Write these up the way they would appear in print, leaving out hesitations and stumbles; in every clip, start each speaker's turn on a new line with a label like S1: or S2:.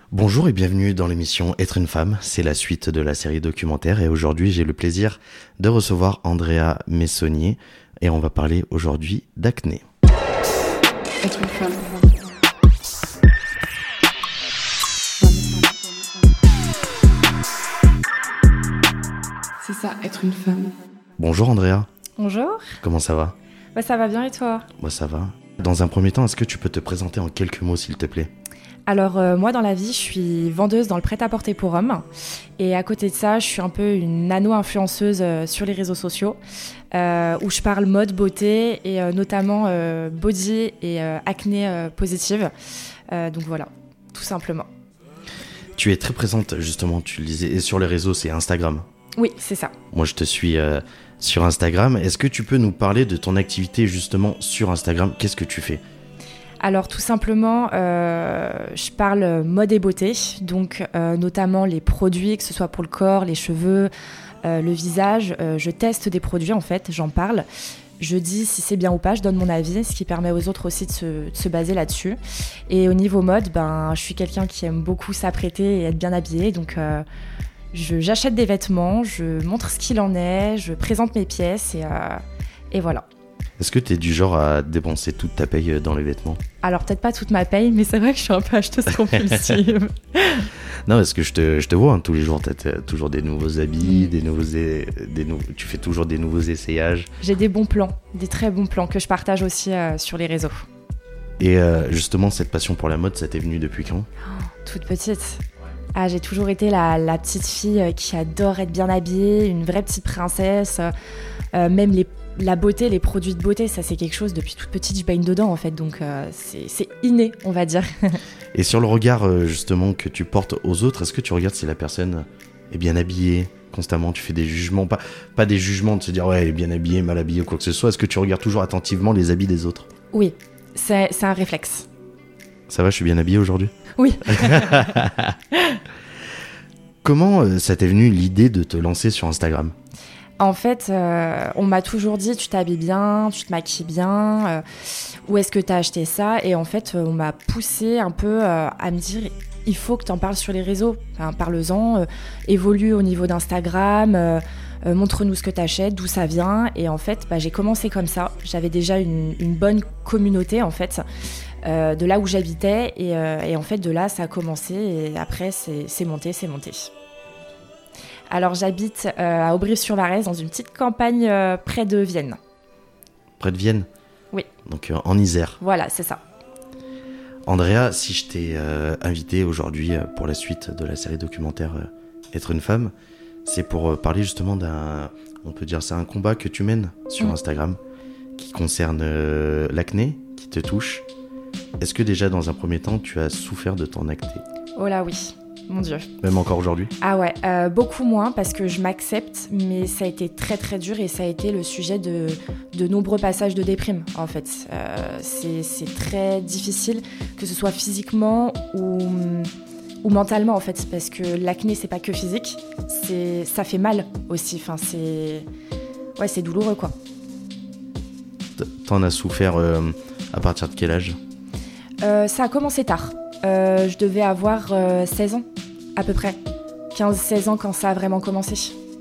S1: Bonjour et bienvenue dans l'émission Être une femme, c'est la suite de la série documentaire et aujourd'hui j'ai le plaisir de recevoir Andrea Messonnier et on va parler aujourd'hui d'acné.
S2: Être une femme. C'est ça, être une femme.
S1: Bonjour Andrea,
S3: Bonjour,
S1: comment ça va ?
S3: ça va bien et toi ?
S1: Moi ça va. Dans un premier temps, est-ce que tu peux te présenter en quelques mots s'il te plaît ?
S3: Alors moi dans la vie je suis vendeuse dans le prêt-à-porter pour hommes et à côté de ça je suis un peu une nano-influenceuse sur les réseaux sociaux où je parle mode, beauté et notamment body et acné positive. Donc voilà, tout simplement.
S1: Tu es très présente justement, tu le disais, et sur les réseaux c'est Instagram.
S3: Oui, c'est ça.
S1: Moi je te suis sur Instagram. Est-ce que tu peux nous parler de ton activité justement sur Instagram ? Qu'est-ce que tu fais ?
S3: Alors tout simplement, je parle mode et beauté, donc notamment les produits, que ce soit pour le corps, les cheveux, le visage. Je teste des produits en fait, j'en parle. Je dis si c'est bien ou pas, je donne mon avis, ce qui permet aux autres aussi de se baser là-dessus. Et au niveau mode, je suis quelqu'un qui aime beaucoup s'apprêter et être bien habillé, donc j'achète des vêtements, je montre ce qu'il en est, je présente mes pièces et voilà.
S1: Est-ce que tu es du genre à dépenser toute ta paye dans les vêtements ?
S3: Alors peut-être pas toute ma paye, mais c'est vrai que je suis un peu acheteuse compulsive.
S1: Non, parce que je te vois tous les jours, tu as toujours des nouveaux habits, tu fais toujours des nouveaux essayages.
S3: J'ai des bons plans, des très bons plans que je partage aussi sur les réseaux.
S1: Et justement, cette passion pour la mode, ça t'est venu depuis quand ?
S3: Toute petite. Ah, j'ai toujours été la petite fille qui adore être bien habillée, une vraie petite princesse. Même la beauté, les produits de beauté, ça c'est quelque chose, depuis toute petite je baigne dedans en fait, donc c'est inné on va dire.
S1: Et sur le regard justement que tu portes aux autres, est-ce que tu regardes si la personne est bien habillée constamment ? Tu fais des jugements, pas des jugements de se dire ouais elle est bien habillée, mal habillée ou quoi que ce soit, est-ce que tu regardes toujours attentivement les habits des autres ?
S3: Oui, c'est un réflexe.
S1: Ça va, je suis bien habillée aujourd'hui ?
S3: Oui.
S1: Comment ça t'est venu l'idée de te lancer sur Instagram ?
S3: En fait, on m'a toujours dit tu t'habilles bien, tu te maquilles bien, où est-ce que t'as acheté ça ? Et en fait, on m'a poussé un peu à me dire il faut que t'en parles sur les réseaux, enfin, parle-en, évolue au niveau d'Instagram, montre-nous ce que t'achètes, d'où ça vient. Et en fait, j'ai commencé comme ça. J'avais déjà une bonne communauté en fait, de là où j'habitais et en fait de là ça a commencé et après c'est monté. Alors j'habite à Aubry-sur-Varèse, dans une petite campagne près de Vienne.
S1: Près de Vienne ?
S3: Oui.
S1: Donc en Isère.
S3: Voilà, c'est ça.
S1: Andrea, si je t'ai invité aujourd'hui pour la suite de la série documentaire Être une femme, c'est pour parler justement on peut dire c'est un combat que tu mènes sur Instagram, qui concerne l'acné, qui te touche. Est-ce que déjà dans un premier temps tu as souffert de ton acné ?
S3: Oh là oui. Mon Dieu.
S1: Même encore aujourd'hui ?
S3: Ah ouais, beaucoup moins parce que je m'accepte, mais ça a été très très dur et ça a été le sujet de nombreux passages de déprime en fait. C'est très difficile, que ce soit physiquement ou mentalement en fait, parce que l'acné c'est pas que physique, ça fait mal aussi, enfin c'est douloureux quoi.
S1: T'en as souffert à partir de quel âge ?
S3: Ça a commencé tard. Je devais avoir 16 ans, à peu près. 15-16 ans quand ça a vraiment commencé.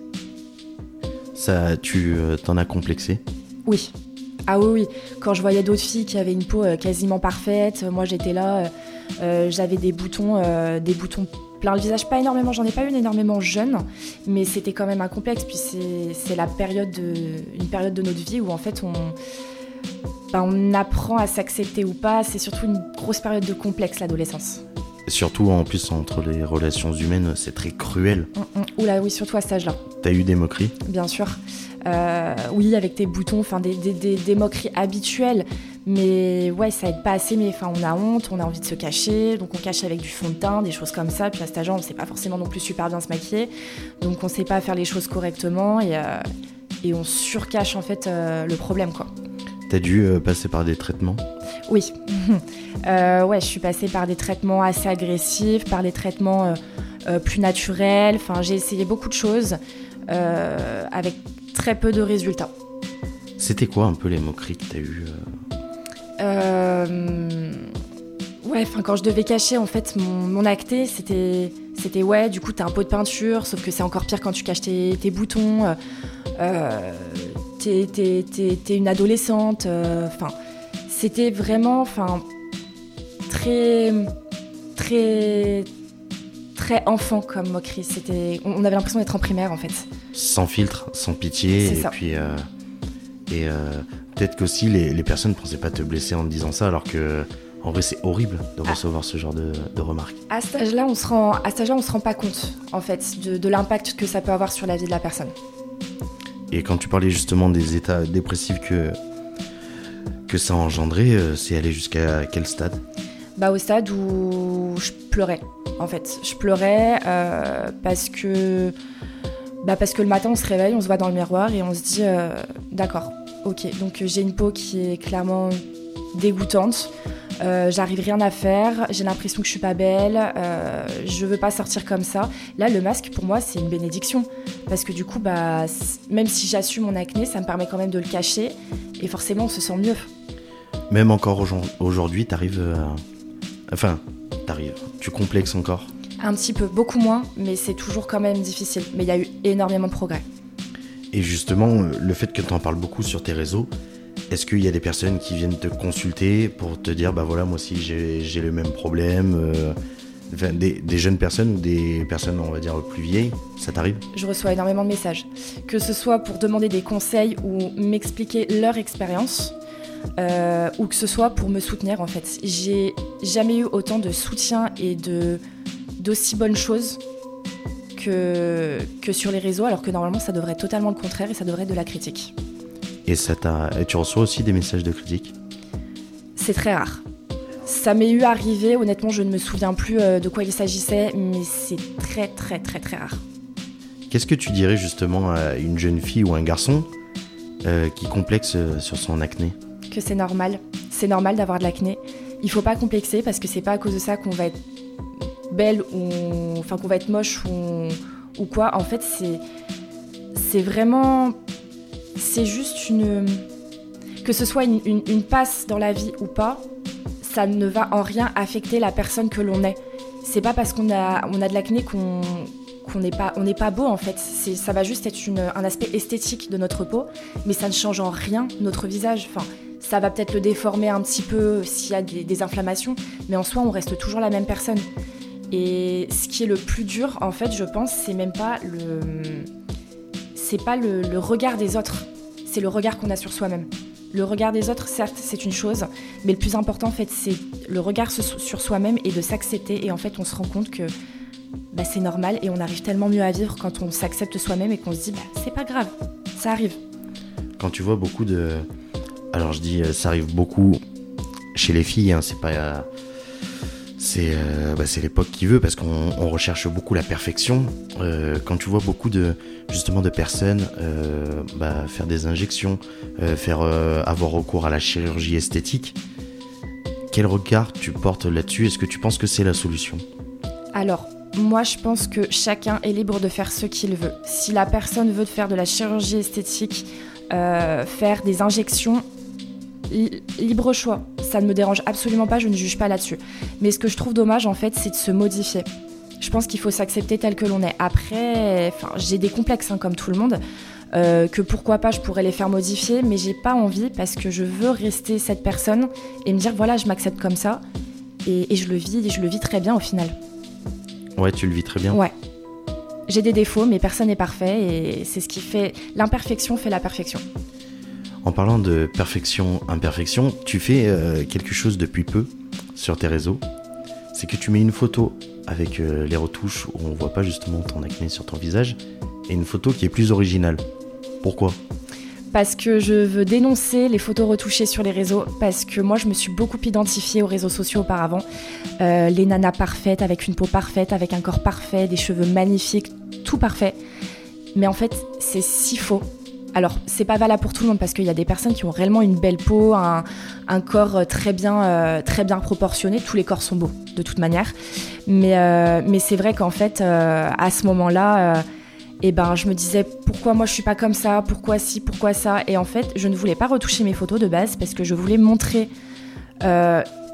S1: Tu t'en as complexé ?
S3: Oui. Ah oui. Quand je voyais d'autres filles qui avaient une peau quasiment parfaite, moi j'étais là, j'avais des boutons plein le visage. Pas énormément, j'en ai pas eu énormément jeune, mais c'était quand même un complexe. Puis c'est une période de notre vie où en fait on apprend à s'accepter ou pas. C'est surtout une grosse période de complexe, l'adolescence.
S1: Et surtout, en plus, entre les relations humaines, c'est très cruel.
S3: Oula, oui, surtout à cet âge-là.
S1: T'as eu des moqueries ?
S3: Bien sûr. Oui, avec tes boutons, enfin des moqueries habituelles. Mais ouais, ça aide pas assez. Mais enfin, on a honte, on a envie de se cacher. Donc on cache avec du fond de teint, des choses comme ça. Puis à cet âge-là, on sait pas forcément non plus super bien se maquiller. Donc on sait pas faire les choses correctement. Et on surcache en fait le problème, quoi.
S1: T'as dû passer par des traitements ?
S3: Oui. Ouais, je suis passée par des traitements assez agressifs, par des traitements plus naturels. Enfin, j'ai essayé beaucoup de choses avec très peu de résultats. C'était
S1: quoi un peu les moqueries que t'as eues
S3: Ouais, quand je devais cacher en fait mon acné, c'était ouais, du coup t'as un pot de peinture, sauf que c'est encore pire quand tu caches tes boutons. T'es une adolescente. C'était vraiment, très très très enfant comme moquerie. On avait l'impression d'être en primaire en fait.
S1: Sans filtre, sans pitié.
S3: C'est
S1: et
S3: ça.
S1: puis peut-être qu'aussi les personnes ne pensaient pas te blesser en te disant ça, alors que en vrai c'est horrible de recevoir ce genre de remarques.
S3: À cet âge-là, on se rend pas compte en fait de l'impact que ça peut avoir sur la vie de la personne.
S1: Et quand tu parlais justement des états dépressifs que ça a engendré, c'est allé jusqu'à quel stade ?
S3: Au stade où je pleurais, en fait. Je pleurais parce que le matin, on se réveille, on se voit dans le miroir et on se dit d'accord, ok, donc j'ai une peau qui est clairement dégoûtante, j'arrive rien à faire, j'ai l'impression que je suis pas belle, je veux pas sortir comme ça. Là, le masque, pour moi, c'est une bénédiction. Parce que du coup, même si j'assume mon acné, ça me permet quand même de le cacher et forcément, on se sent mieux.
S1: Même encore aujourd'hui, tu complexes encore ?
S3: Un petit peu, beaucoup moins, mais c'est toujours quand même difficile. Mais il y a eu énormément de progrès.
S1: Et justement, le fait que tu en parles beaucoup sur tes réseaux, est-ce qu'il y a des personnes qui viennent te consulter pour te dire, moi aussi j'ai le même problème, des jeunes personnes ou des personnes, on va dire, plus vieilles, ça t'arrive ?
S3: Je reçois énormément de messages, que ce soit pour demander des conseils ou m'expliquer leur expérience, ou que ce soit pour me soutenir en fait. J'ai jamais eu autant de soutien et d'aussi bonnes choses que sur les réseaux, alors que normalement ça devrait être totalement le contraire et ça devrait être de la critique.
S1: Et tu reçois aussi des messages de critique ?
S3: C'est très rare. Ça m'est eu arrivé, honnêtement je ne me souviens plus de quoi il s'agissait, mais c'est très très très très rare.
S1: Qu'est-ce que tu dirais justement à une jeune fille ou un garçon qui complexe sur son acné ?
S3: Que c'est normal d'avoir de l'acné. Il faut pas complexer parce que c'est pas à cause de ça qu'on va être belle ou qu'on va être moche ou quoi. En fait, c'est vraiment, c'est juste que ce soit une passe dans la vie ou pas, ça ne va en rien affecter la personne que l'on est. C'est pas parce qu'on a de l'acné qu'on n'est pas beau en fait. Ça va juste être un aspect esthétique de notre peau, mais ça ne change en rien notre visage. Ça va peut-être le déformer un petit peu s'il y a des inflammations, mais en soi, on reste toujours la même personne. Et ce qui est le plus dur, en fait, je pense, c'est même pas le regard des autres, c'est le regard qu'on a sur soi-même. Le regard des autres, certes, c'est une chose, mais le plus important, en fait, c'est le regard sur soi-même et de s'accepter. Et en fait, on se rend compte que c'est normal et on arrive tellement mieux à vivre quand on s'accepte soi-même et qu'on se dit c'est pas grave, ça arrive.
S1: Quand tu vois beaucoup de... Alors je dis ça arrive beaucoup chez les filles, hein, c'est pas... c'est l'époque qui veut, parce qu'on recherche beaucoup la perfection. Quand tu vois beaucoup de personnes faire des injections, avoir recours à la chirurgie esthétique, quel regard tu portes là-dessus ? Est-ce que tu penses que c'est la solution ?
S3: Alors, moi je pense que chacun est libre de faire ce qu'il veut. Si la personne veut faire de la chirurgie esthétique, faire des injections, libre choix, ça ne me dérange absolument pas, je ne juge pas là-dessus. Mais ce que je trouve dommage en fait, c'est de se modifier. Je pense qu'il faut s'accepter tel que l'on est. Après, j'ai des complexes comme tout le monde, que pourquoi pas je pourrais les faire modifier, mais j'ai pas envie parce que je veux rester cette personne et me dire voilà, je m'accepte comme ça et je le vis très bien au final.
S1: Ouais, tu le vis très bien.
S3: Ouais. J'ai des défauts, mais personne n'est parfait et c'est ce qui fait... L'imperfection fait la perfection.
S1: En parlant de perfection, imperfection, tu fais quelque chose depuis peu sur tes réseaux. C'est que tu mets une photo avec les retouches où on voit pas justement ton acné sur ton visage et une photo qui est plus originale. Pourquoi ?
S3: Parce que je veux dénoncer les photos retouchées sur les réseaux, parce que moi je me suis beaucoup identifiée aux réseaux sociaux auparavant. Les nanas parfaites, avec une peau parfaite, avec un corps parfait, des cheveux magnifiques, tout parfait. Mais en fait, c'est si faux. Alors, c'est pas valable pour tout le monde, parce qu'il y a des personnes qui ont réellement une belle peau, un corps très bien proportionné. Tous les corps sont beaux, de toute manière. Mais c'est vrai qu'en fait, à ce moment-là... je me disais pourquoi moi je suis pas comme ça, pourquoi ci, pourquoi ça. Et en fait, je ne voulais pas retoucher mes photos de base parce que je voulais montrer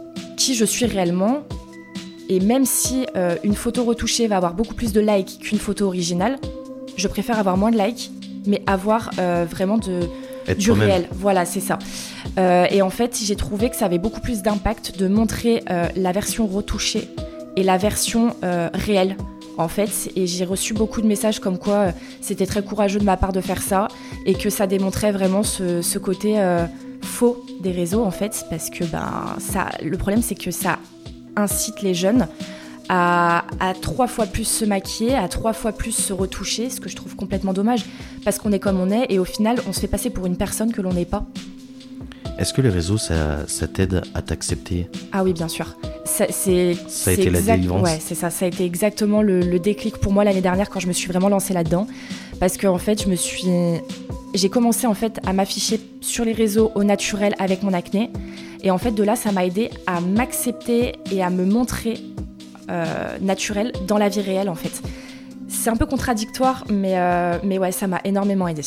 S3: qui je suis réellement. Et même si une photo retouchée va avoir beaucoup plus de likes qu'une photo originale, je préfère avoir moins de likes, mais avoir vraiment du réel. Voilà, c'est ça. Et en fait, j'ai trouvé que ça avait beaucoup plus d'impact de montrer la version retouchée et la version réelle, en fait. Et j'ai reçu beaucoup de messages comme quoi c'était très courageux de ma part de faire ça et que ça démontrait vraiment ce côté faux des réseaux, en fait, parce que le problème, c'est que ça incite les jeunes à 3 fois plus se maquiller, à 3 fois plus se retoucher, ce que je trouve complètement dommage, parce qu'on est comme on est et au final, on se fait passer pour une personne que l'on n'est pas.
S1: Est-ce que les réseaux, ça t'aide à t'accepter ?
S3: Ah oui, bien sûr.
S1: Ça a été la délivrance ?
S3: Ouais, c'est ça. Ça a été exactement le déclic pour moi l'année dernière quand je me suis vraiment lancée là-dedans. Parce qu'en fait, j'ai commencé en fait à m'afficher sur les réseaux au naturel avec mon acné. Et en fait, de là, ça m'a aidé à m'accepter et à me montrer naturel dans la vie réelle, en fait. C'est un peu contradictoire, mais ouais, ça m'a énormément aidé.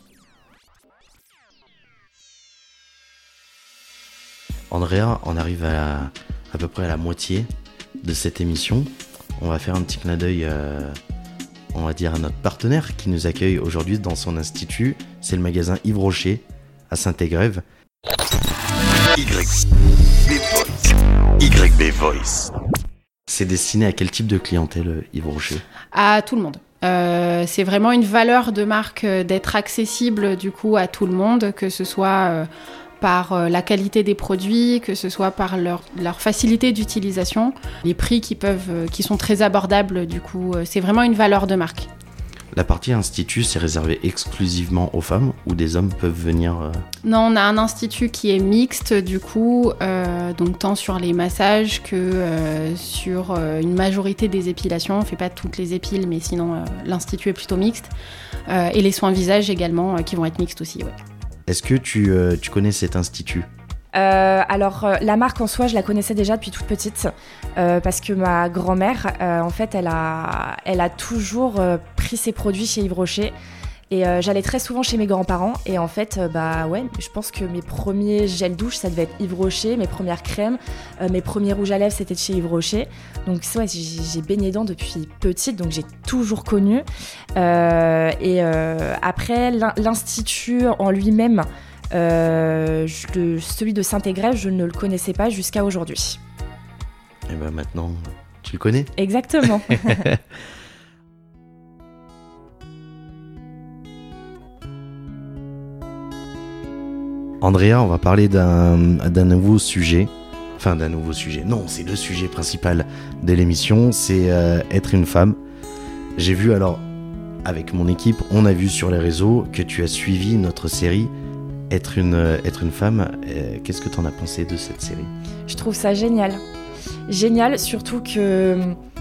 S1: Andrea, on arrive à peu près à la moitié de cette émission. On va faire un petit clin d'œil, on va dire, à notre partenaire qui nous accueille aujourd'hui dans son institut. C'est le magasin Yves Rocher à Saint-Égrève. YB Voice. C'est destiné à quel type de clientèle, Yves Rocher ?
S4: À tout le monde. C'est vraiment une valeur de marque d'être accessible du coup à tout le monde, que ce soit par la qualité des produits, que ce soit par leur facilité d'utilisation, les prix qui sont très abordables, du coup, c'est vraiment une valeur de marque.
S1: La partie institut, c'est réservé exclusivement aux femmes ou des hommes peuvent venir
S4: Non, on a un institut qui est mixte, du coup, donc tant sur les massages que sur une majorité des épilations. On ne fait pas toutes les épiles, mais sinon, l'institut est plutôt mixte. Et les soins visage également, qui vont être mixtes aussi, ouais.
S1: Est-ce que tu connais cet institut ?
S3: Alors, la marque en soi, je la connaissais déjà depuis toute petite parce que ma grand-mère, en fait, elle a toujours pris ses produits chez Yves Rocher et j'allais très souvent chez mes grands-parents et en fait, ouais, je pense que mes premiers gels douche, ça devait être Yves Rocher, mes premières crèmes, mes premiers rouges à lèvres, c'était de chez Yves Rocher. Donc, ouais, j'ai baigné dedans depuis petite, donc j'ai toujours connu. Après, l'institut en lui-même, celui de Saint-Égrève, je ne le connaissais pas jusqu'à aujourd'hui.
S1: Et ben maintenant, tu le connais ?
S3: Exactement.
S1: Andrea, on va parler d'un nouveau sujet. Enfin, d'un nouveau sujet. Non, c'est le sujet principal de l'émission, c'est être une femme. J'ai vu alors, avec mon équipe, on a vu sur les réseaux que tu as suivi notre série Être une femme. Qu'est-ce que tu en as pensé de cette série ?
S3: Je trouve ça génial. Génial, surtout que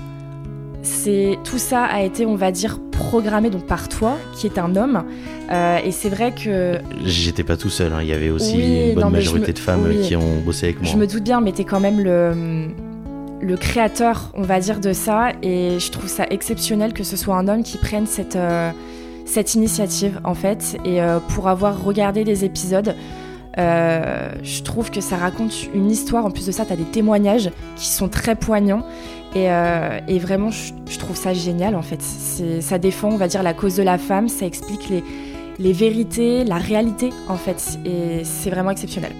S3: tout ça a été, on va dire, programmé donc par toi, qui est un homme. Et c'est vrai que...
S1: J'étais pas tout seul, hein. Il y avait aussi une bonne majorité de femmes qui ont bossé avec moi.
S3: Je me doute bien, mais t'es quand même le créateur, on va dire, de ça. Et je trouve ça exceptionnel que ce soit un homme qui prenne cette initiative, en fait. Et pour avoir regardé des épisodes, je trouve que ça raconte une histoire. En plus de ça, t'as des témoignages qui sont très poignants. Et vraiment, je trouve ça génial, en fait. Ça défend, on va dire, la cause de la femme. Ça explique les vérités, la réalité, en fait. Et c'est vraiment exceptionnel.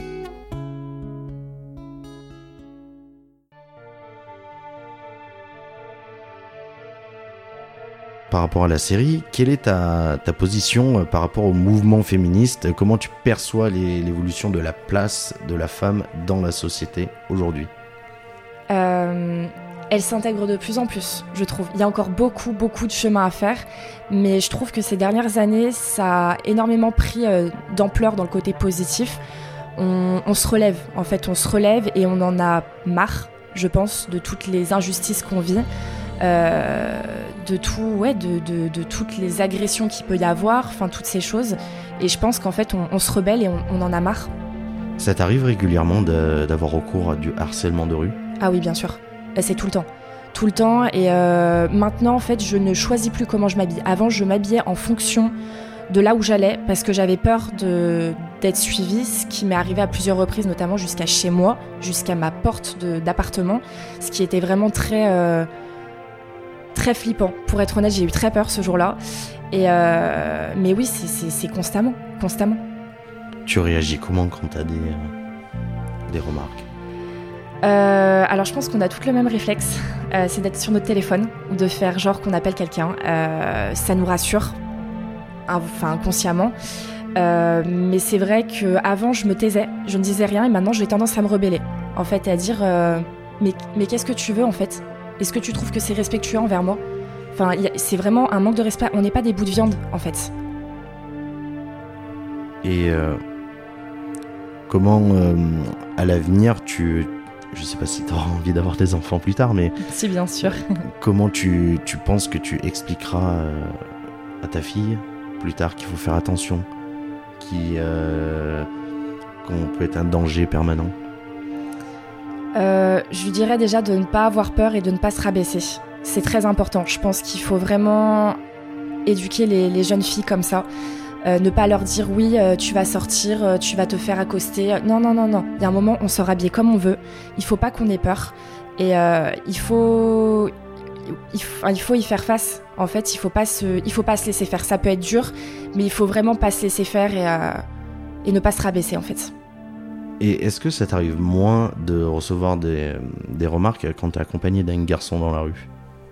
S1: Par rapport à la série, quelle est ta position par rapport au mouvement féministe ? Comment tu perçois l'évolution de la place de la femme dans la société aujourd'hui ?
S3: Elle s'intègre de plus en plus, je trouve. Il y a encore beaucoup de chemin à faire, mais je trouve que ces dernières années, ça a énormément pris d'ampleur dans le côté positif. On se relève, en fait, et on en a marre, je pense, de toutes les injustices qu'on vit. De toutes les agressions qu'il peut y avoir, enfin toutes ces choses. Et je pense qu'en fait, on se rebelle et on en a marre.
S1: Ça t'arrive régulièrement d'avoir recours à du harcèlement de rue ?
S3: Ah oui, bien sûr. C'est tout le temps. Tout le temps. Et maintenant, en fait, je ne choisis plus comment je m'habille. Avant, je m'habillais en fonction de là où j'allais, parce que j'avais peur d'être suivie, ce qui m'est arrivé à plusieurs reprises, notamment jusqu'à chez moi, jusqu'à ma porte d'appartement, ce qui était vraiment très flippant. Pour être honnête, j'ai eu très peur ce jour-là. Mais oui, c'est constamment.
S1: Tu réagis comment quand tu as des remarques?
S3: Alors je pense qu'on a toutes le même réflexe, c'est d'être sur notre téléphone ou de faire genre qu'on appelle quelqu'un. Ça nous rassure, inconsciemment. Mais c'est vrai qu'avant je me taisais, je ne disais rien et maintenant j'ai tendance à me rebeller. En fait, et à dire mais qu'est-ce que tu veux en fait? Est-ce que tu trouves que c'est respectueux envers moi? Enfin, c'est vraiment un manque de respect. On n'est pas des bouts de viande en fait.
S1: Et comment à l'avenir je sais pas si tu auras envie d'avoir des enfants plus tard, mais
S3: si, bien sûr.
S1: Comment tu penses que tu expliqueras à ta fille plus tard qu'il faut faire attention, qu'on peut être un danger permanent?
S3: Je lui dirais déjà de ne pas avoir peur et de ne pas se rabaisser. C'est très important. Je pense qu'il faut vraiment éduquer les jeunes filles comme ça. Ne pas leur dire oui, tu vas sortir, tu vas te faire accoster. Non. Il y a un moment, on sort habillé comme on veut. Il faut pas qu'on ait peur. Et il faut y faire face. En fait, il faut pas se laisser faire. Ça peut être dur, mais il faut vraiment pas se laisser faire et ne pas se rabaisser en fait.
S1: Et est-ce que ça t'arrive moins de recevoir des remarques quand t'es accompagné d'un garçon dans la rue?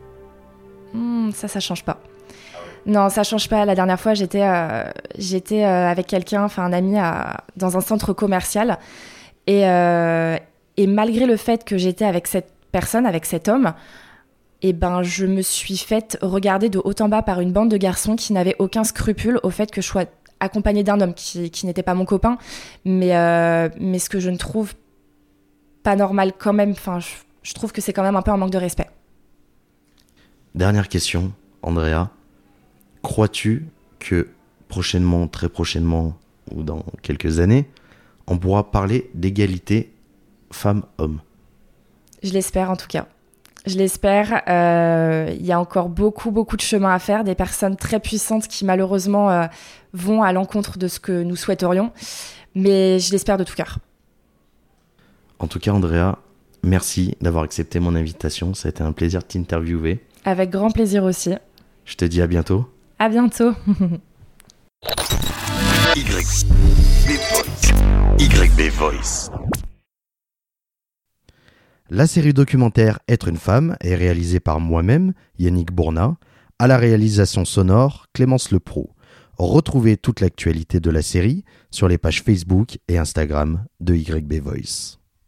S3: Ça change pas. Non, ça change pas. La dernière fois, j'étais avec quelqu'un, un ami, dans un centre commercial. Et malgré le fait que j'étais avec cette personne, avec cet homme, je me suis faite regarder de haut en bas par une bande de garçons qui n'avaient aucun scrupule au fait que je sois accompagnée d'un homme qui n'était pas mon copain. Mais ce que je ne trouve pas normal quand même, je trouve que c'est quand même un peu un manque de respect.
S1: Dernière question, Andrea. Crois-tu que prochainement, très prochainement, ou dans quelques années, on pourra parler d'égalité femmes-hommes?
S3: Je l'espère en tout cas. Je l'espère. Il y a encore beaucoup de chemin à faire. Des personnes très puissantes qui malheureusement vont à l'encontre de ce que nous souhaiterions. Mais je l'espère de tout cœur.
S1: En tout cas, Andrea, merci d'avoir accepté mon invitation. Ça a été un plaisir de t'interviewer. Avec grand plaisir aussi. Je te dis à bientôt. À bientôt. YB Voice. La série documentaire Être une femme est réalisée par moi-même, Yannick Bourna, à la réalisation sonore Clémence Lepro. Retrouvez toute l'actualité de la série sur les pages Facebook et Instagram de YB Voice.